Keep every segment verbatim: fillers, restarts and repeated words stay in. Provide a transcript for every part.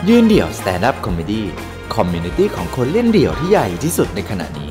ยืนเดี่ยวสแตนด์อัพคอมเมดี้คอมมูนิตี้ของคนเล่นเดี่ยวที่ใหญ่ที่สุดในขณะนี้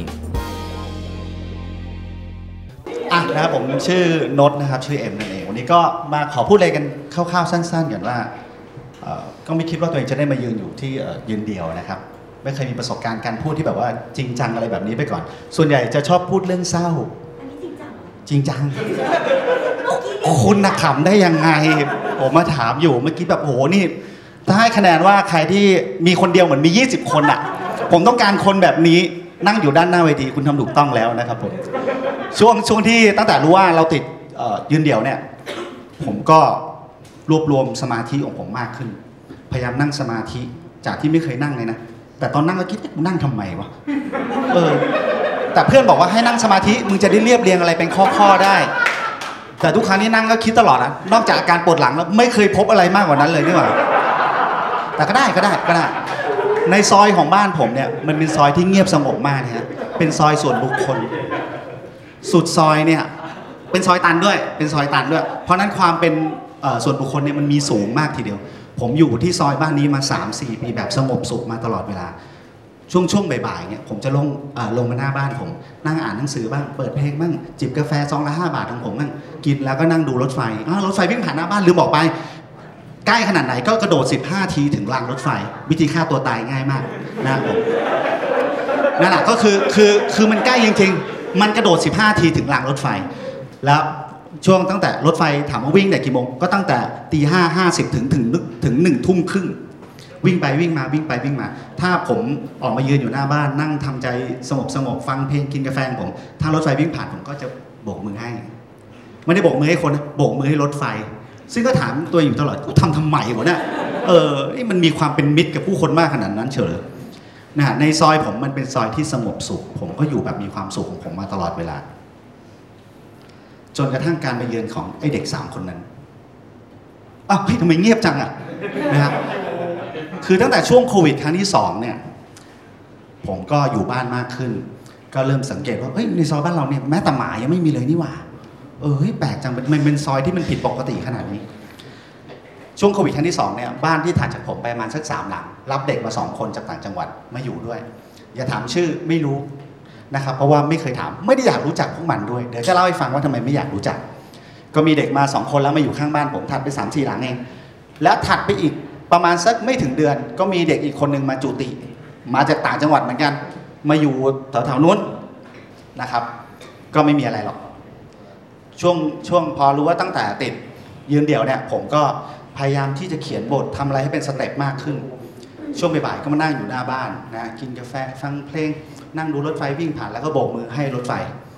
อ่ะนะครับผมชื่อนนท์นะครับชื่อเอ็มนั่นเองวันนี้ก็มาขอพูดอะไรกันคร่าวๆสั้นๆก่อนว่าก็ไม่คิดว่าตัวเองจะได้มายืนอยู่ที่ยืนเดี่ยวนะครับไม่เคยมีประสบการณ์การพูดที่แบบว่าจริงจังอะไรแบบนี้ไปก่อนส่วนใหญ่จะชอบพูดเรื่องเศร้าอันนี้จริงจังจริงจังคุณนักขำได้ยังไงผมมาถามอยู่เมื่อกี้แบบโหนี่ถ้าให้คะแนนว่าใครที่มีคนเดียวเหมือนมียี่สิบคนอ่ะผมต้องการคนแบบนี้นั่งอยู่ด้านหน้าเวทีคุณทำถูกต้องแล้วนะครับผมช่วงช่วงที่ตั้งแต่รู้ว่าเราติดยืนเดี่ยวเนี่ยผมก็รวบรวมสมาธิของผมมากขึ้นพยายามนั่งสมาธิจากที่ไม่เคยนั่งเลยนะแต่ตอนนั่งก็คิดกูนั่งทำไมวะเออแต่เพื่อนบอกว่าให้นั่งสมาธิมึงจะได้เรียบเรียงอะไรเป็นข้อๆได้แต่ทุกครั้งที่นั่งก็คิดตลอดนะนอกจากอาการปวดหลังแล้วไม่เคยพบอะไรมากกว่านั้นเลยนี่หว่าแต่ก็ได้ก็ได้ก็ได้ในซอยของบ้านผมเนี่ยมันเป็นซอยที่เงียบสงบมากนะฮะเป็นซอยส่วนบุคคลสุดซอยเนี่ยเป็นซอยตันด้วยเป็นซอยตันด้วยเพราะนั้นความเป็นส่วนบุคคลเนี่ยมันมีสูงมากทีเดียวผมอยู่ที่ซอยบ้านนี้มา สามสี่ ปีแบบสงบสุขมาตลอดเวลาช่วงช่วงบ่ายๆเนี่ยผมจะลงลงมาหน้าบ้านผมนั่งอ่านหนังสือบ้างเปิดเพลงบ้างจิบกาแฟซองละห้าบาทของผมบ้างกินแล้วก็นั่งดูรถไฟรถไฟวิ่งผ่านหน้าบ้านลืมบอกไปใกล้ขนาดไหนก็กระโดดสิบห้าทีถึงรางรถไฟวิธีฆ่าตัวตายง่ายมากนะครับผมนั่นแหละก็คือคือคือมันใกล้จริงๆมันกระโดดสิบห้าทีถึงรางรถไฟแล้วช่วงตั้งแต่รถไฟถามว่าวิ่งแต่กี่โมงก็ตั้งแต่ตีห้าห้าสิบถึงถึงถึงหนึ่งทุ่มครึ่งวิ่งไปวิ่งมาวิ่งไปวิ่งมาถ้าผมออกมายืนอยู่หน้าบ้านนั่งทำใจสงบสงบฟังเพลงกินกาแฟผมถ้ารถไฟวิ่งผ่านผมก็จะโบกมือให้ไม่ได้โบกมือให้คนโบกมือให้รถไฟซึ่งก็ถามตัวอยู่ตลอดกูทำทำไมวะเนี่ยเออนี่มันมีความเป็นมิตรกับผู้คนมากขนาดนั้นเฉยนะฮะในซอยผมมันเป็นซอยที่สงบสุขผมก็อยู่แบบมีความสุขของผมมาตลอดเวลาจนกระทั่งการไปเยือนของไอ้เด็กสามคนนั้นอ้าวเฮ้ยทำไมเงียบจังอ่ะนะครับคือตั้งแต่ช่วงโควิดครั้งที่สองเนี่ยผมก็อยู่บ้านมากขึ้นก็เริ่มสังเกตว่าเฮ้ยในซอยบ้านเราเนี่ยแม้แต่หมายังไม่มีเลยนี่หว่าเออเฮ้ยแปลกจังมันเป็นซอยที่มันผิดปกติขนาดนี้ช่วงโควิดครั้งที่สองเนี่ยบ้านที่ถัดจากผมไปประมาณสักสามหลังรับเด็กมาสองคนจากต่างจังหวัดมาอยู่ด้วยอย่าถามชื่อไม่รู้นะครับเพราะว่าไม่เคยถามไม่ได้อยากรู้จักพวกมันด้วยเดี๋ยวจะเล่าให้ฟังว่าทำไมไม่อยากรู้จักก็มีเด็กมาสองคนแล้วมาอยู่ข้างบ้านผมถัดไปสามสี่หลังเองแล้วถัดไปอีกประมาณสักไม่ถึงเดือนก็มีเด็กอีกคนนึงมาจุติมาจากต่างจังหวัดเหมือนกันมาอยู่แถวๆนู้นนะครับก็ไม่มีอะไรหรอกช่วงช่วงพอรู้ว่าตั้งแต่ติดยืนเดี่ยวเนี่ยผมก็พยายามที่จะเขียนบททำอะไรให้เป็นสเต็ปมากขึ้นช่วงบ่ายๆก็มานั่งอยู่หน้าบ้านนะกินกาแฟฟังเพลงนั่งดูรถไฟวิ่งผ่านแล้วก็โบกมือให้รถไฟ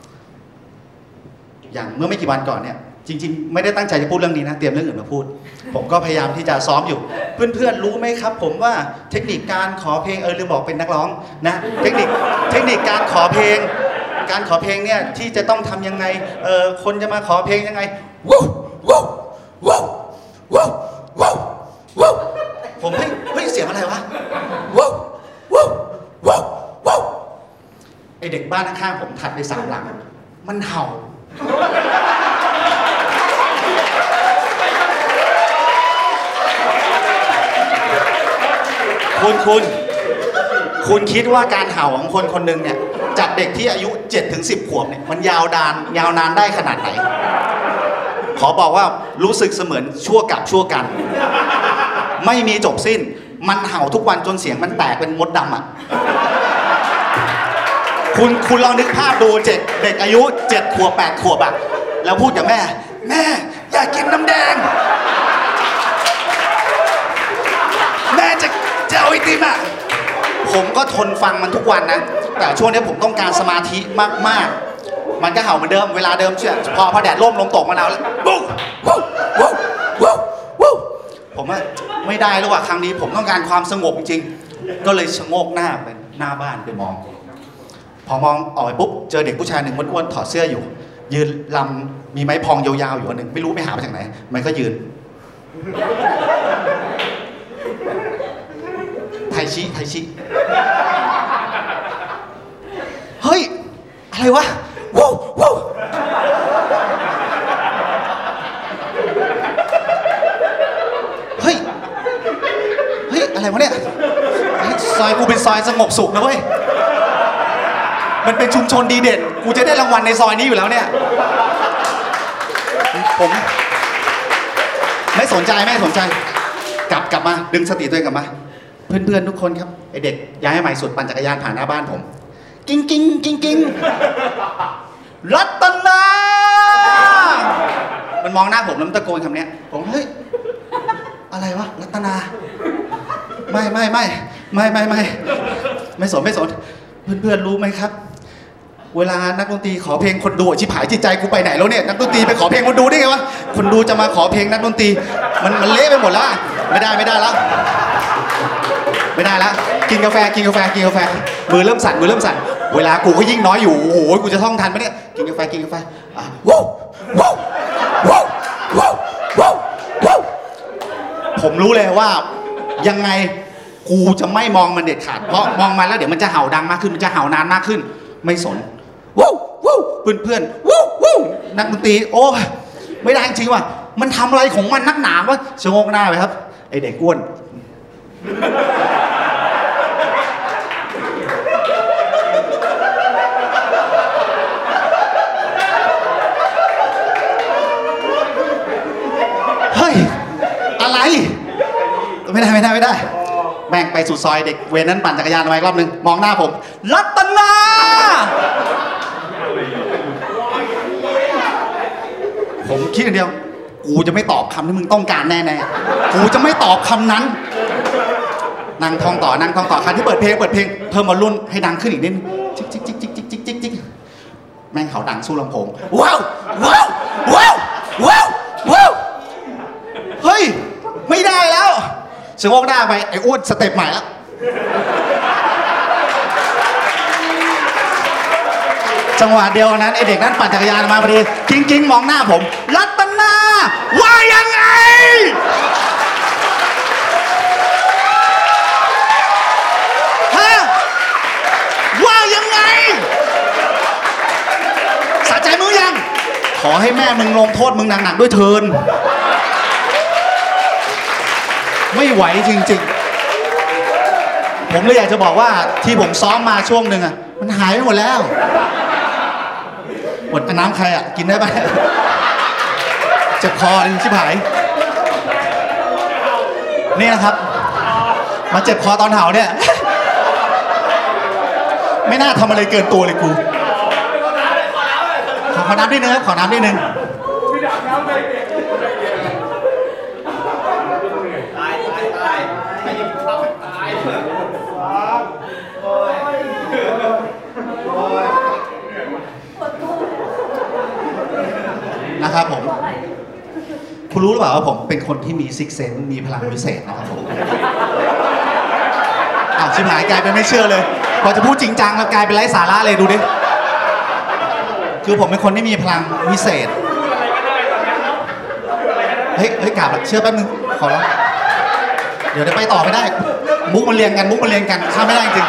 อย่างเมื่อไม่กี่วันก่อนเนี่ยจริงๆไม่ได้ตั้งใจจะพูดเรื่องนี้นะเตรียมเรื่องอื่นมาพูดผมก็พยายามที่จะซ้อมอยู่เพื่อนๆรู้ไหมครับผมว่าเทคนิคการขอเพลงเออลืมบอกเป็นนักร้องนะเทคนิคเทคนิคการขอเพลงการขอเพลงเนี่ยที่จะต้องทำยังไงเออคนจะมาขอเพลงยังไงว้าวว้าวว้าวว้าวว้าวว้าวผมเฮ้ยเฮ้ยเสียงอะไรวะว้าวว้าวว้าวว้าวไอเด็กบ้านข้างๆผมถัดไปสามหลังมันเห่าคุณคุณคุณคิดว่าการเห่าของคนคนหนึ่งเนี่ยจากเด็กที่อายุ เจ็ดถึงสิบ ขวบเนี่ยมันยาวนานยาวนานได้ขนาดไหนขอบอกว่ารู้สึกเสมือนชั่วกับชั่วกันไม่มีจบสิ้นมันเห่าทุกวันจนเสียงมันแตกเป็นมดดำอ่ะคุณคุณลองนึกภาพดูเด็กเด็กอายุเจ็ดขวบแปดขวบอ่ะแล้วพูดกับแม่แม่อยากกินน้ำแดงแม่จะจะเอาไอติมอ่ะผมก็ทนฟังมันทุกวันนะแต่ช่วงนี้ผมต้องการสมาธิมากๆมันก็เห่าเหมือนเดิมเวลาเดิมเชื่อพอพอแดดร่มลมตกมะนาวแล้ววู้วู้วู้วู้วู้ผมว่าไม่ได้แล้วว่ะครั้งนี้ผมต้องการความสงบจริงๆก็เลยชะโงกหน้าไปหน้าบ้านไปมองพอมองออกไปปุ๊บเจอเด็กผู้ชายหนึ่งอ้วนๆถอดเสื้ออยู่ยืนลำมีไม้พองยาวๆอยู่อันหนึ่งไม่รู้ไปหามาจากไหนมันก็ยืนไทชิไทชิเฮ้ยอะไรวะว้าวว้าวเฮ้ยเฮ้ยอะไรวะเนี่ยซอยกูเป็นซอยสงบสุขนะเว้ยมันเป็นชุมชนดีเด่นกูจะได้รางวัลในซอยนี้อยู่แล้วเนี่ยผมไม่สนใจไม่สนใจกลับกลับมาดึงสติตัวเองกลับมาเพื่อนๆทุกคนครับไอเด็กย้ายใหม่สุดปั่นจักรยานผ่านหน้าบ้านผมกิ้งกิ้งกิ้งกิ้งรัตนามันมองหน้าผมแล้วมันตะโกนคำนี้ผมเฮ้ยอะไรวะรัตนาไม่ไม่ไม่ไม่ไม่ไม่ไม่สนไม่สนเพื่อนๆรู้ไหมครับเวลานักดนตรีขอเพลงคนดูชิบหายจิตใจกูไปไหนแล้วเนี่ยนักดนตรีไปขอเพลงคนดูได้ไงวะคนดูจะมาขอเพลงนักดนตรีมันมันเละไปหมดแล้วไม่ได้ไม่ได้แล้วไม่ได้แล้วกินกาแฟกินกาแฟกินกาแฟมือเริ่มสั่นมือเริ่มสั่นเวลากูก็ยิ่งน้อยอยู่โอ้โหกูจะท่องทันไหมเนี่ยกินกาแฟกินกาแฟอ่ะว้าวว้าวว้าวว้าวว้าวว้าวผมรู้เลยว่ายังไงกูจะไม่มองมันเด็ดขาดเพราะมองมันแล้วเดี๋ยวมันจะเห่าดังมากขึ้นมันจะเห่านานมากขึ้นไม่สนว้าวว้าวเพื่อนเพื่อนว้าวว้าวนักดนตรีโอ้ไม่ได้จริงว่ะมันทำอะไรของมันนักหนาวะชะโงกหน้าไปครับไอเด็กอ้วนเฮ้ยอะไรไม่ได้ไม่ได้ไม่ได้แม่งไปสุดซอยเด็กเวรนั้นปั่นจักรยานมาอีกรอบนึงมองหน้าผมรัตนาผมคิดอย่างเดียวกูจะไม่ตอบคำที่มึงต้องการแน่ๆกูจะไม่ตอบคำนั้นนั่งท่องต่อนั่งท่องต่อคันที่เปิดเพลงเปิดเพลงเพิ่มวอลลุ่มให้ดังขึ้นอีกนิดจิ๊กจิ๊กจิ๊กจิ๊กจิ๊กจิ๊กจิ๊กจิ๊กแม่งเขาดังสู้ลำโพงว้าวว้าวว้าวว้าวว้าวเฮ้ยไม่ได้แล้วชะโงกหน้าไปไอ้อ้วนสเต็ปใหม่แล้วจังหวะเดียวนั้นไอเด็กนั้นปั่นจักรยานมาพอดีกิ้งกิ้งมองหน้าผมรัตนาว่ายังไงฮะว่ายังไงสะใจมึงยังขอให้แม่มึงลงโทษมึงหนักๆด้วยเทินไม่ไหวจริงๆผมเลยอยากจะบอกว่าที่ผมซ้อมมาช่วงหนึ่งอ่ะมันหายไปหมดแล้วหมดน้ำใครอ่ะกินได้ไหมเจ็บคอเลยชิบหายนี่นะครับมาเจ็บคอตอนเห่าเนี่ยไม่น่าทำอะไรเกินตัวเลยกูขอขอน้ำนิดนึงครับขอน้ำนิดนึงนะครับผมคุณรู้หรือเปล่าว่าผมเป็นคนที่มีซิกเซนมีพลังพิเศษนะครับผมอ้าวชิบหายกลายเป็นไม่เชื่อเลยพอจะพูดจริงจังแล้วกลายเป็นไร้สาระเลยดูดิคือผมเป็นคนที่มีพลังพิเศษเฮ้ยเฮ้ยกลับเชื่อแป๊บนึงขอร้องเดี๋ยวจะไปต่อไม่ได้มุกมันเรียงกันมุกมันเรียงกันข้ามไม่ได้จริง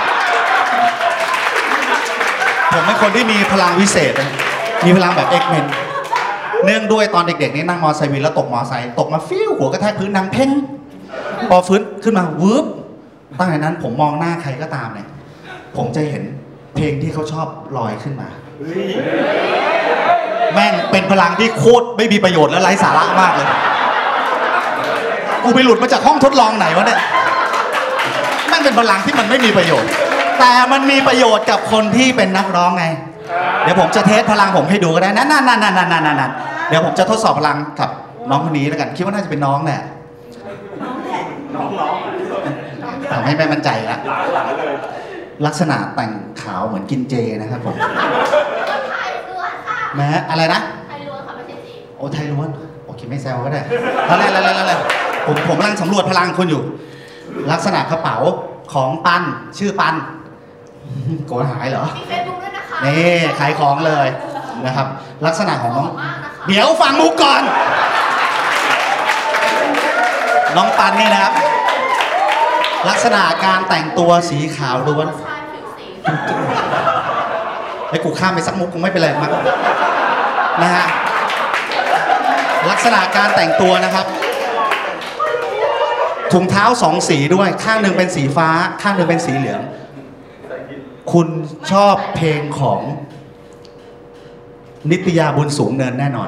ผมเป็นคนที่มีพลังวิเศษมีพลังแบบเอ็กเมนเนื่องด้วยตอนเด็กๆนี่นั่งมอไซค์วินแล้วตกมอไซค์ตกมาฟิวหัวกระแทกพื้นดังเพ่งพอฟื้นขึ้นมาวืบตั้งแต่นั้นผมมองหน้าใครก็ตามเนี่ยผมจะเห็นเพลงที่เขาชอบลอยขึ้นมาแม่งเป็นพลังที่โคตรไม่มีประโยชน์และไร้สาระมากเลยกูไปหลุดมาจากห้องทดลองไหนวะเนี่ยแม่งเป็นพลังที่มันไม่มีประโยชน์แต่มันมีประโยชน์กับคนที่เป็นนักร้องไงเดี๋ยวผมจะเทสพลังผมให้ดูก็ได้นั่นนั่นนั่นนั่นนั่นนั่นเดี๋ยวผมจะทดสอบพลังกับน้องคนนี้แล้วกันคิดว่าน่าจะเป็นน้องแหละน้องน้องทำให้แม่มั่นใจละลักษณะแต่งขาวเหมือนกินเจนะครับผมแม้อะไรนะไทยล้วนค่ะไม่ใช่จีโอ้ไทยล้วนโอเคไม่แซวก็ได้อะไรอะไรอะไรอะไรผมผมกำลังสำรวจพลังคุณอยู่ลักษณะกระเป๋าของปันชื่อปันโกนหายเหรอมีเฟซบุ๊กด้วยนะคะนี่ขายของเลยนะครับลักษณะของน้องเดี๋ยวฟังมุกก่อนน้องปันนี่นะครับลักษณะการแต่งตัวสีขาวล้วนไอ้กูข้ามไปสักมุกคงไม่เป็นไรมั้งนะฮะลักษณะการแต่งตัวนะครับถุงเท้าสองสีด้วยข้างหนึ่งเป็นสีฟ้าข้างหนึ่งเป็นสีเหลืองคุณชอบเพลงของนิตยาบุญสูงเนินแน่นอน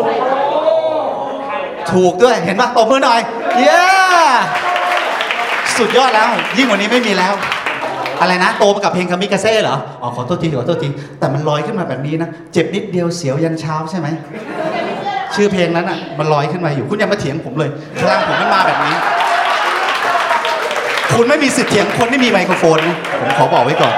ถูกด้วยเห็นปะตบมือหน่อยเย้สุดยอดแล้วยิ่งกว่านี้ไม่มีแล้วอะไรนะโตมากับเพลงคามิกาเซ่เหรออ๋อขอโทษทีขอโทษทีแต่มันลอยขึ้นมาแบบนี้นะเจ็บนิดเดียวเสียวยันเช้าใช่ไหมชื่อเพลงนั้นอ่ะมันลอยขึ้นมาอยู่คุณอย่ามาเถียงผมเลยพลังผมมันมาแบบนี้คุณไม่มีสิทธิ์เถียงคนที่มีไมโครโฟนนะผมขอบอกไว้ก่อน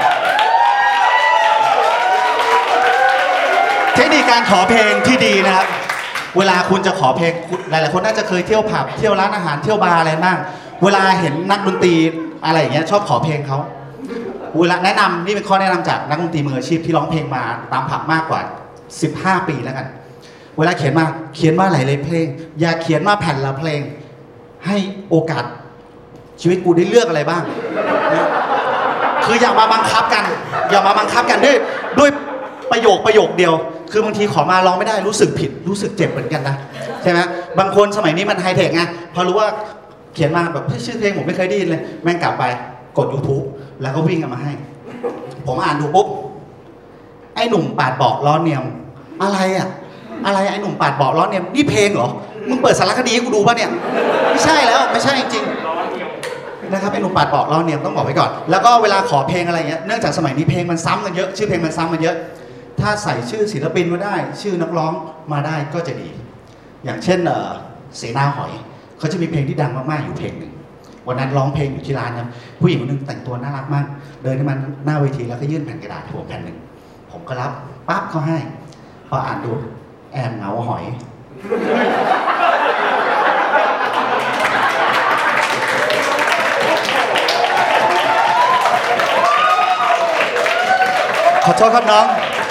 เทคนิคการขอเพลงที่ดีนะครับเวลาคุณจะขอเพลงหลายๆคนน่าจะเคยเที่ยวผับเที่ยวร้านอาหารเที่ยวบาร์อะไรบ้างเวลาเห็นนักดนตรีอะไรอย่างเงี้ยชอบขอเพลงเขาเวลาแนะนำนี่เป็นข้อแนะนำจากนักดนตรีมืออาชีพที่ร้องเพลงมาตามผับมากกว่าสิบห้าปีแล้วกันเวลาเขียนมาเขียนมาหลายๆเพลงอย่าเขียนมาแผ่นละเพลงให้โอกาสชีวิตกูได้เลือกอะไรบ้างนะคืออย่ามาบังคับกันอย่ามาบังคับกันด้วยด้วยประโยคประโยคเดียวคือบางทีขอมาร้องไม่ได้รู้สึกผิดรู้สึกเจ็บเหมือนกันนะใช่ไหมบางคนสมัยนี้มันไฮเทคไงพอรู้ว่าเขียนมาแบบชื่อเพลงผมไม่เคยได้ยินเลยแม่งกลับไปกด YouTube แล้วก็วิ่งกันมาให้ผมอ่านดูปุ๊บไอ้หนุ่มปาดเบาะล้อเนียมอะไรอ่ะอะไรไอ้หนุ่มปาดเบาะล้อเนียมนี่เพลงเหรอมึงเปิดสารคดีให้กูดูป่ะเนี่ยไม่ใช่แล้วไม่ใช่จริงนะครับไอ้หนุ่มปาดเบาะล้อเนียมต้องบอกไว้ก่อนแล้วก็เวลาขอเพลงอะไรเงี้ยเนื่องจากสมัยนี้เพลงมันซ้ำกันเยอะชื่อเพลงมันซ้ำกันเยอะถ้าใส่ชื่อศิลปินมาได้ชื่อนักร้องมาได้ก็จะดีอย่างเช่นเสนาหอยเขาจะมีเพลงที่ดังมากๆอยู่เพลงหนึ่งวันนั้นร้องเพลงอยู่ที่ร้านครับผู้หญิงคนนึงแต่งตัวน่ารักมากเดินขึ้นมาหน้าเวทีแล้วก็ยื่นแผ่นกระดาษให้ผมแผ่นหนึ่งผมก็รับปั๊บเขาให้พออ่านดูแอนเหงาหอยขอโทษครับน้อง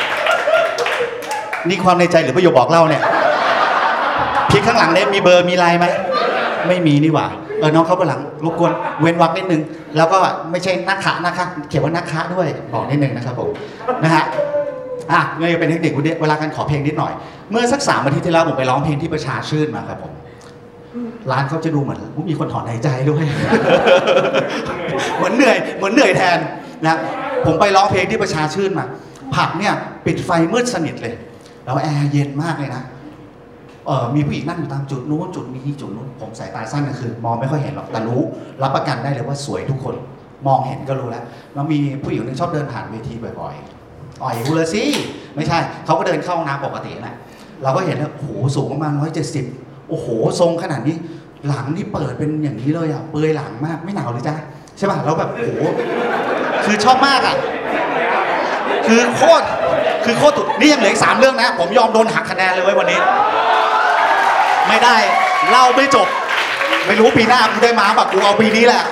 นี่ความในใจหรือประโยคบอกเล่าเนี่ยพี่ข้างหลังเนี่ยมีเบอร์มีไลน์ไหมไม่มีนี่หว่าเออน้องเขาไปหลังรบกวนเว้นวรรคนิดนึงแล้วก็ไม่ใช่นักขะนะคะเขียนว่านักขะด้วยบอกนิดนึงนะครับผมนะฮะอ่ะนี่เป็นเทคนิคเวลาการขอเพลงนิดหน่อยเมื่อสักสามอาทิตย์ที่แล้วผมไปร้องเพลงที่ประชาชื่นมาครับผมร้านเขาจะดูเหมือนมีคนถอนหายใจด้วย เหมือนเหนื่อยเหมือนเหนื่อยแทนนะผมไปร้องเพลงที่ประชาชื่นมาผับเนี่ยปิดไฟมืดสนิทเลยแล้วแอร์เย็นมากเลยนะเออมีผู้หญิงนั่งอยู่ตามจุดนู้นจุดนี้จุดนู้นผมสายตาสั้นก็คือมองไม่ค่อยเห็นหรอกแต่รู้รับประกันได้เลยว่าสวยทุกคนมองเห็นก็รู้แล้วแล้วมีผู้หญิงนึงชอบเดินผ่านเวทีบ่อยๆอ่อยกูเลยสิไม่ใช่เขาก็เดินเข้าห้องน้ำปกตินะเราก็เห็นว่าโอ้โหสูงประมาณร้อยเจ็ดสิบโอ้โหทรงขนาดนี้หลังนี่เปิดเป็นอย่างนี้เลยอ่ะเปลือยหลังมากไม่หนาวเลยจ้าใช่ป่ะแล้วแบบโอ้โหคือชอบมากอ่ะคือโคตรคือโคตรตุดนี่ยังเหลืออีกสามเรื่องนะผมยอมโดนหักคะแนนเลยไว้วันนี้ไม่ได้เล่าไม่จบไม่รู้ปีหน้ากูได้มาแบบกูเอาปีนี้แหละ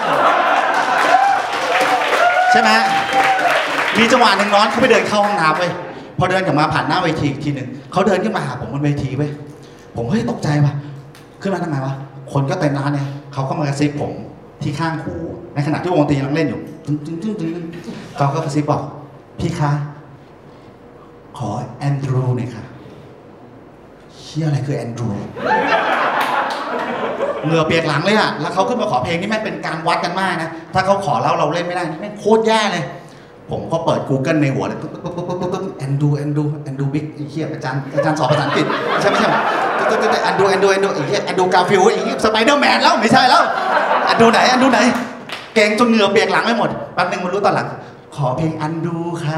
ใช่ไหมมีจังหวะหนึ่งน้องเขาไปเดินเข้าห้องน้ำไปพอเดินกลับมาผ่านหน้าเวทีอีกทีหนึ่งเขาเดินขึ้นมาหาผมบนเวทีไปผมเฮ้ยตกใจว่ะขึ้นมาทำไมวะคนก็เต็มร้านเนี่ยเขาก็มากระซิบผมที่ข้างหูในขณะที่วงดนตรีกำลังเล่นอยู่ตึ้งตึ้งตึ้งตึ้งเขาก็กระซิบบอกพี่คะขอแอนดรูหน่อยค่ะเชี่ยอะไรคือแอนดรูเหงื่อเปียกหลังเลยอะแล้วเขาขึ้นมาขอเพลงนี่แม่งเป็นการวัดกันมากนะถ้าเขาขอแล้วเราเล่นไม่ได้นี่แม่งโคตรแย่เลยผมก็เปิด Google ในหัวเลยปุ๊บปุ๊บปุ๊บปุ๊บปุ๊บแอนดูแอนดูแอนดูบิ๊กไอ้เหี้ยอาจารย์อาจารย์สอนภาษาอังกฤษใช่ไม่ใช่ตุ๊ดตุ๊ดตุ๊ดแอนดูแอนดูแอนดูไอ้เหี้ยแอนดูกาฟิลไอ้เหี้ยสไปเดอร์แมนแล้วไม่ใช่แล้วแอนดูไหนแอนดูไหนเก่งจนเหงื่อเปียกหลังไม่หมดแป๊บนึงมันรู้ตอนหลังขอเพลงอันดูค่ะ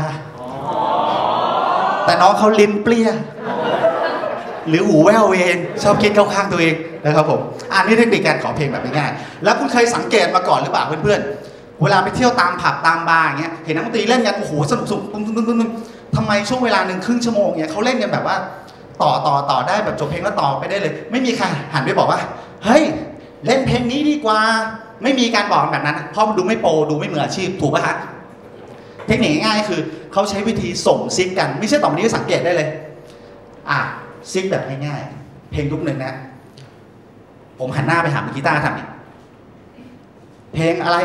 แต่น้องเขาลิ้นเปรี้ยหรือหูแว่วเองชอบคิดเข้าข้างตัวเองนะครับผมอันนี้เทคนิคการขอเพลงแบบง่ายๆแล้วคุณเคยสังเกตมาก่อนหรือเปล่าเพื่อนๆเวลาไปเที่ยวตามผับตามบาร์อย่างเงี้ยเห็นนักดนตรีเล่นกันโอ้โหสนุกสุดตุ้มตุ้มตุ้มตุ้มทำไมช่วงเวลาหนึ่งครึ่งชั่วโมงเงี้ยเขาเล่นกันแบบว่าต่อต่อต่อได้แบบจบเพลงแล้วต่อไปได้เลยไม่มีใครหันไปบอกว่าเฮ้ยเล่นเพลงนี้ดีกว่าไม่มีการบอกแบบนั้นเพราะมันดูไม่โปรดูไม่มืออาชีพถูกป่ะฮะเทคนิคง่ายๆคือเขาใช้วิธีส่งซิกกันไม่ใช่ต่อไปนี้ก็สังเกตได้เลยอ่ะซิกแบบง่ายๆเพลงยุคหนึ่งนะผมหันหน้าไปหามือกีตาร์ทำนี่เพลงอะไร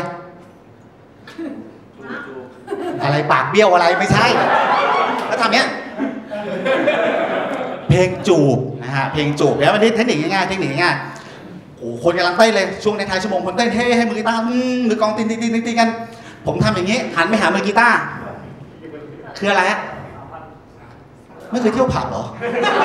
อะไรปากเบี้ยวอะไรไม่ใช่แล้วทำเนี้ยเพลงจูบนะฮะเพลงจูบแล้วมันนี่เทคนิคง่ายๆเทคนิคง่ายๆอ้คนกำลังเต้นเลยช่วงในท้ายชั่วโมงคนเต้นเฮ้ให้มือกีตาร์มือกองตีนตีนตีนตีกันผมทำอย่างนี้หันไปหามือกีตาร์คืออะไรฮะไม่เคยเที่ยวผับเหรอ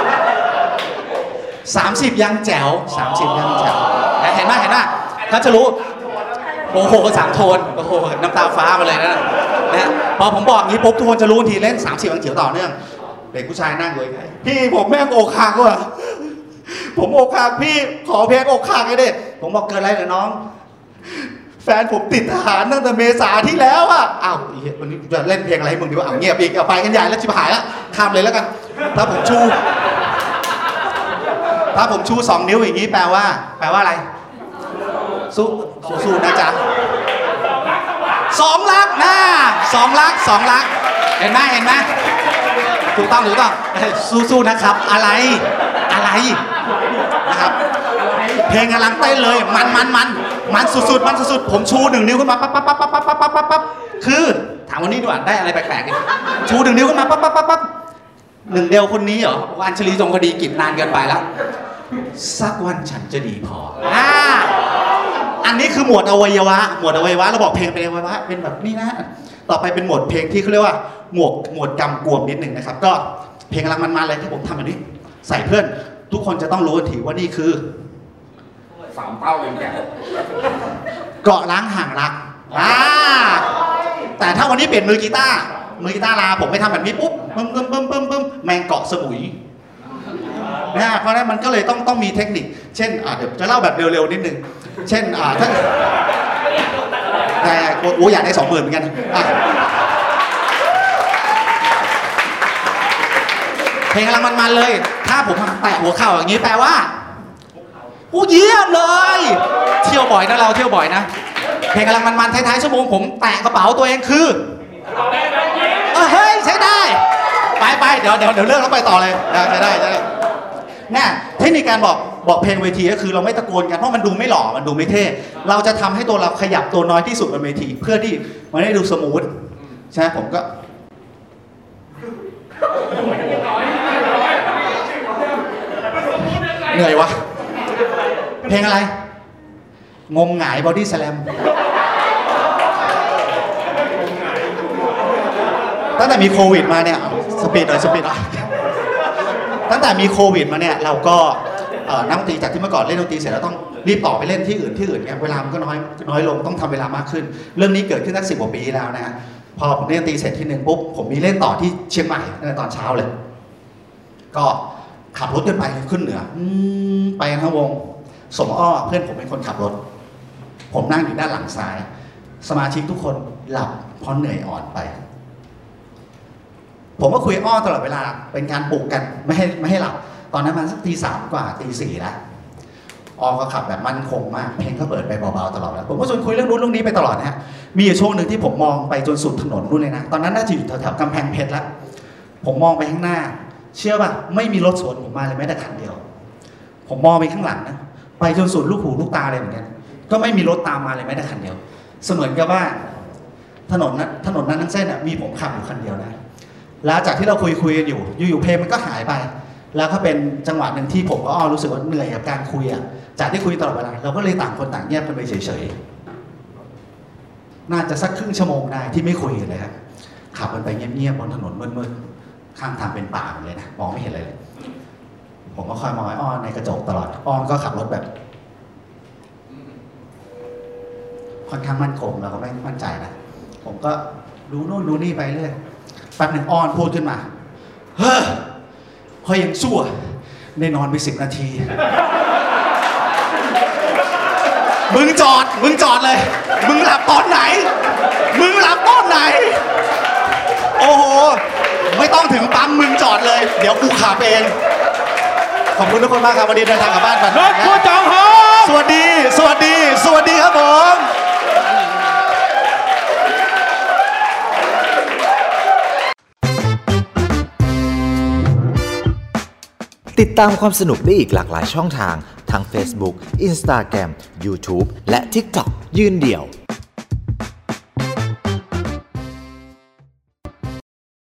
สามสิบยังแจ๋วสามสิบยังแจ๋วเห็นไหมเห็นไหมเขาจะรู้โอ้โหสามโทนโอ้โหน้ำตาฟ้ามาเลยนะนะพอผมบอกงี้ปุ๊บทุกคนจะรู้ทีเล่นสามสิบยังเจียวต่อเนื่องเด็กผู้ชายนั่งเลยพี่ผมแม่งอกหักว่ะผมอกหักพี่ขอเพลงอกหักไอ้เด็กผมบอกเกิดอะไรเหรอน้องแฟนผมติดทหารตั้งแต่เมษาที่แล้วอ่ะอ้าววันนี้จะเล่นเพลงอะไรให้มึงดีวะเอาเงียบอีกเอาไปกันใหญ่แล้วชิบหายแล้วข้ามเลยแล้วกันถ้าผมชูถ้าผมชูสองนิ้วอย่างนี้แปลว่าแปลว่าอะไรสู้สู้นะจ๊ะสองลักนะสองลักสองลักเห็นไหมเห็นไหมถูกต้องถูกต้องสู้ๆนะครับอะไรอะไรนะครับเพลงกำลังเต้นเลยมันมันมันมันสุดๆมันสุดๆผมชูหนึ่งนิ้วขึ้นมาปั๊บปั๊บปั๊บปั๊บปั๊บปั๊บปั๊บปั๊บคือถามวันนี้ดีกว่าได้อะไรแปลกๆเนี่ยชูหนึ่งนิ้วขึ้นมาปั๊บปั๊บปั๊บปั๊บหนึ่งเดียวคนนี้เหรออัญชลีจงคดีกิจนานเกินไปแล้วสักวันฉันจะดีพออ่าอันนี้คือหมวดอวัยวะหมวดอวัยวะเราบอกเพลงเป็นอวัยวะเป็นแบบนี้นะต่อไปเป็นหมวดเพลงที่เขาเรียกว่าหมวดหมวดกำกวมนิดหนึ่งนะครับก็เพลงกำลังมันๆเลยที่ผมทำแบบนี้ใส่เพื่อนทุกคนจะต้องรู้ทันทีว่านี่คือสามเป้าเลยแกเกาะล้างห่างรักอ่าแต่ถ้าวันนี้เปลี่ยนมือกีตาร์มือกีตาร์ลาผมไม่ทำแบบนี้ปุ๊บปึ้มปึ้มปึ้มปึ้มปึ้มแมงเกาะสมุยนะเพราะนั้นมันก็เลยต้องต้องมีเทคนิคเช่นเดี๋ยวจะเล่าแบบเร็วๆนิดนึงเช่นถ้าแต่โอ้อยากได้สองหมื่นเหมือนกันเพลงกำลังมันๆเลยถ้าผมแตะหัวเข่าอย่างนี้แปลว่าอู้เยี่ยมเลยเที่ยวบ่อยนะเราเที่ยวบ่อยนะเพลงกำลังมันๆท้ายๆชั่วโมงผมแตะกระเป๋าตัวเองคือเออเฮ้ยใช้ได้ไปไปเดี๋ยวเดี๋ยวเดี๋ยวเลิกแล้วไปต่อเลยใช้ได้ใช้ได้เนี่ยเทคนิคการบอกบอกเพลงเวทีก็คือเราไม่ตะโกนกันเพราะมันดูไม่หล่อมันดูไม่เท่เราจะทำให้ตัวเราขยับตัวน้อยที่สุดบนเวทีเพื่อที่มันได้ดูสมูทใช่ไหมผมก็เหนื่อยวะเพลงอะไรงมหงายบอดี้สแลมตั้งแต่มีโควิดมาเนี่ยสปีดหน่อยสปีดหน่อยตั้งแต่มีโควิดมาเนี่ยเราก็นักดนตรีจากที่เมื่อก่อนเล่นดนตรีเสร็จแล้วต้องรีบต่อไปเล่นที่อื่นที่อื่นเนี่ยเวลามันก็น้อยน้อยลงต้องทำเวลามากขึ้นเรื่องนี้เกิดขึ้นตั้งสิบกว่าปีแล้วนะฮะพอผมเล่นดนตรีเสร็จที่หนึ่งปุ๊บผมมีเล่นต่อที่เชียงใหม่ในตอนเช้าเลยก็ขับรถขึ้นไปขึ้นเหนือไปกันทั้งวงสมอ้อเพื่อนผมเป็นคนขับรถผมนั่งอยู่ด้านหลังซ้ายสมาชิกทุกคนหลับเพราะเหนื่อยอ่อนไปผมก็คุยอ้อตลอดเวลาเป็นการปลุกกันไม่ให้ไม่ให้หลับตอนนั้นมันสักตีสามกว่าตีสี่แล้วอ้อก็ขับแบบมั่นคงมากเพลงก็เปิดไปเบาๆตลอดแล้วผมก็ชวนคุยเรื่องนู้นเรื่องนี้ไปตลอดนะฮะมีอยู่ช่วงหนึ่งที่ผมมองไปจนสุดถนนนู่นเลยนะตอนนั้นน่าจะอยู่แถวๆกำแพงเพชรแล้วผมมองไปข้างหน้าเชื่อป่ะไม่มีรถสวนผมมาเลยแม้แต่คันเดียวผมมองไปข้างหลังนะไปจนสุดลูกหูลูกตาเลยเหมือนกันก็ไม่มีรถตามมาเลยแม้แต่คันเดียวเสมือนกับว่าถนนนั้นถนนนั้นทั้งเส้นมีผมขับอยู่คันเดียวนะแล้วจากที่เราคุยคุยกันอยู่อยู่ๆเพลงมันก็หายไปแล้วก็เป็นจังหวะหนึ่งที่ผมก็อ้อรู้สึกว่าเหนื่อยกับการคุยอ่ะจากที่คุยตลอดเวลาเราก็เลยต่างคนต่างเงียบกันไปเฉยๆน่าจะสักครึ่งชั่วโมงได้ที่ไม่คุยกันเลยครับขับกันไปเงียบๆบนถนนมืดๆข้างทางเป็นป่าเลยนะมองไม่เห็นอะไรเลยผมก็คอยมองอ้อในกระจกตลอดอ้อก็ขับรถแบบค่อนข้างมั่นคงแล้วก็ไม่มั่นใจนะผมก็ดูโน่นดูนี่ไปเรื่อยแป๊บหนึ่งอ้อนพูดขึ้นมาเฮ้ยพอยังชั่วได้นอนไปสิบนาทีมึงจอดมึงจอดเลยมึงหลับตอนไหนมึงหลับตอนไหนโอ้โหไม่ต้องถึงปั๊มมึงจอดเลยเดี๋ยวกูขับเองขอบคุณทุกคนมากครับวันนี้เดินทางกลับบ้านกันรถผู้จองหอสวัสดีสวัสดีสวัสดีครับผมติดตามความสนุกได้อีกหลากหลายช่องทางทั้ง Facebook, Instagram, YouTube และ TikTok ยืนเดี่ยว